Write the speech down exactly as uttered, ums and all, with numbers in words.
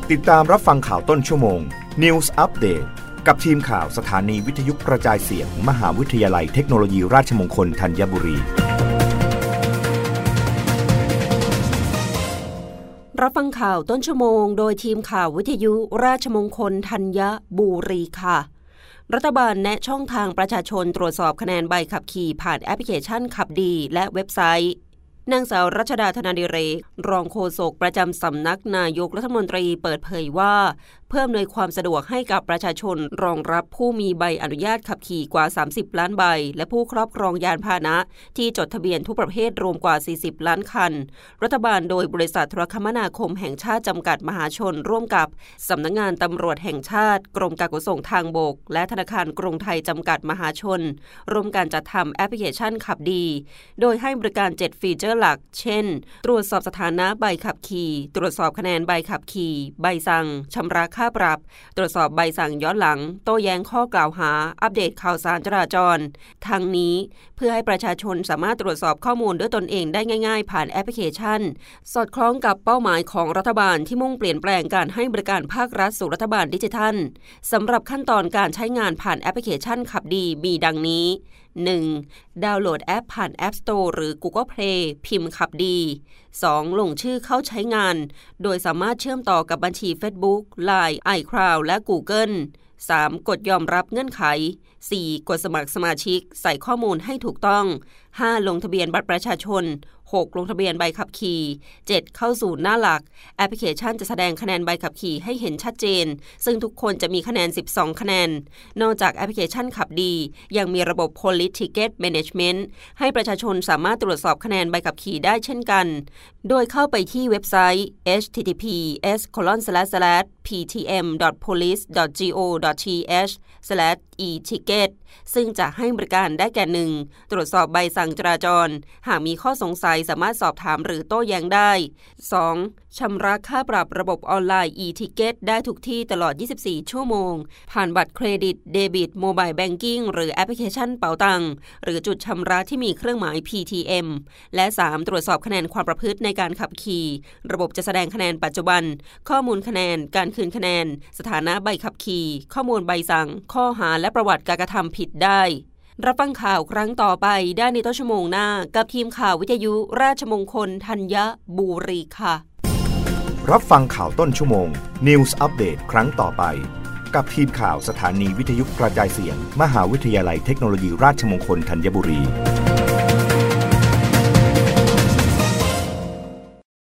ติดตามรับฟังข่าวต้นชั่วโมง News Update กับทีมข่าวสถานีวิทยุกระจายเสียง มหาวิทยาลัยเทคโนโลยีราชมงคลธัญบุรีรับฟังข่าวต้นชั่วโมงโดยทีมข่าววิทยุราชมงคลธัญบุรีค่ะรัฐบาลแนะช่องทางประชาชนตรวจสอบคะแนนใบขับขี่ผ่านแอปพลิเคชันขับดีและเว็บไซต์นางสาวรัชดาธนาดิเรกรองโฆษกประจำสำนักนายกรัฐมนตรีเปิดเผยว่าเพื่ออำนวยความสะดวกให้กับประชาชนรองรับผู้มีใบอนุญาตขับขี่กว่าสามสิบล้านใบและผู้ครอบครองยานพาหนะที่จดทะเบียนทุกประเภทรวมกว่าสี่สิบล้านคันรัฐบาลโดยบริษัทโทรคมนาคมแห่งชาติจำกัดมหาชนร่วมกับสำนักงานตำรวจแห่งชาติกรมการขนส่งทางบกและธนาคารกรุงไทยจำกัดมหาชนร่วมกันจัดทำแอปพลิเคชันขับดีโดยให้บริการเจ็ดฟีเจอร์หลักเช่นตรวจสอบสถานะใบขับขี่ตรวจสอบคะแนนใบขับขี่ใบสั่งชำระค่าปรับตรวจสอบใบสั่งย้อนหลังโต้แย้งข้อกล่าวหาอัปเดตข่าวสารจราจรทั้งนี้เพื่อให้ประชาชนสามารถตรวจสอบข้อมูลด้วยตนเองได้ง่ายๆผ่านแอปพลิเคชันสอดคล้องกับเป้าหมายของรัฐบาลที่มุ่งเปลี่ยนแปลงการให้บริการภาครัฐสู่รัฐบาลดิจิทัลสำหรับขั้นตอนการใช้งานผ่านแอปพลิเคชันขับดีมีดังนี้ หนึ่ง. ดาวน์โหลดแอปผ่าน App Store หรือ Google Play พิมพ์ขับดี สอง. ลงชื่อเข้าใช้งานโดยสามารถเชื่อมต่อกับบัญชี Facebook ไลน์ iCloud และ Google สาม. กดยอมรับเงื่อนไข สี่. กดสมัครสมาชิกใส่ข้อมูลให้ถูกต้อง ห้า. ลงทะเบียนบัตรประชาชน หก. ลงทะเบียนใบขับขี่ เจ็ด. เข้าสู่หน้าหลักแอปพลิเคชันจะแสดงคะแนนใบขับขี่ให้เห็นชัดเจนซึ่งทุกคนจะมีคะแนนสิบสองคะแนนนอกจากแอปพลิเคชันขับดียังมีระบบ Police Ticket Management ให้ประชาชนสามารถตรวจสอบคะแนนใบขับขี่ได้เช่นกันโดยเข้าไปที่เว็บไซต์ เอช ที ที พี เอส โคลอน สแลช สแลช พี ที เอ็ม ดอท โพลิส ดอท จี โอ ดอท ที เอช สแลช อี ทิเก็ต ซึ่งจะให้บริการได้แก่ หนึ่ง. ตรวจสอบใบสั่งจราจรหากมีข้อสงสัยสามารถสอบถามหรือโต้แย้งได้ สอง. ชำระค่าปรับระบบออนไลน์ e-ticket ได้ทุกที่ตลอดยี่สิบสี่ชั่วโมงผ่านบัตรเครดิตเดบิตโมบายแบงกิ้งหรือแอปพลิเคชันเป๋าตังหรือจุดชำระที่มีเครื่องหมาย พี ที เอ็ม และ สาม. ตรวจสอบคะแนนความประพฤติในการขับขี่ระบบจะแสดงคะแนนปัจจุบันข้อมูลคะแนนการคืนคะแนนสถานะใบขับขี่ข้อมูลใบสั่งข้อหาและประวัติการกระทำผิดได้รับฟังข่าวครั้งต่อไปได้ในต้นชั่วโมงหน้ากับทีมข่าววิทยุราชมงคลธัญบุรีค่ะรับฟังข่าวต้นชั่วโมง News Update ครั้งต่อไปกับทีมข่าวสถานีวิทยุกระจายเสียง มหาวิทยาลัยเทคโนโลยีราชมงคลธัญบุรี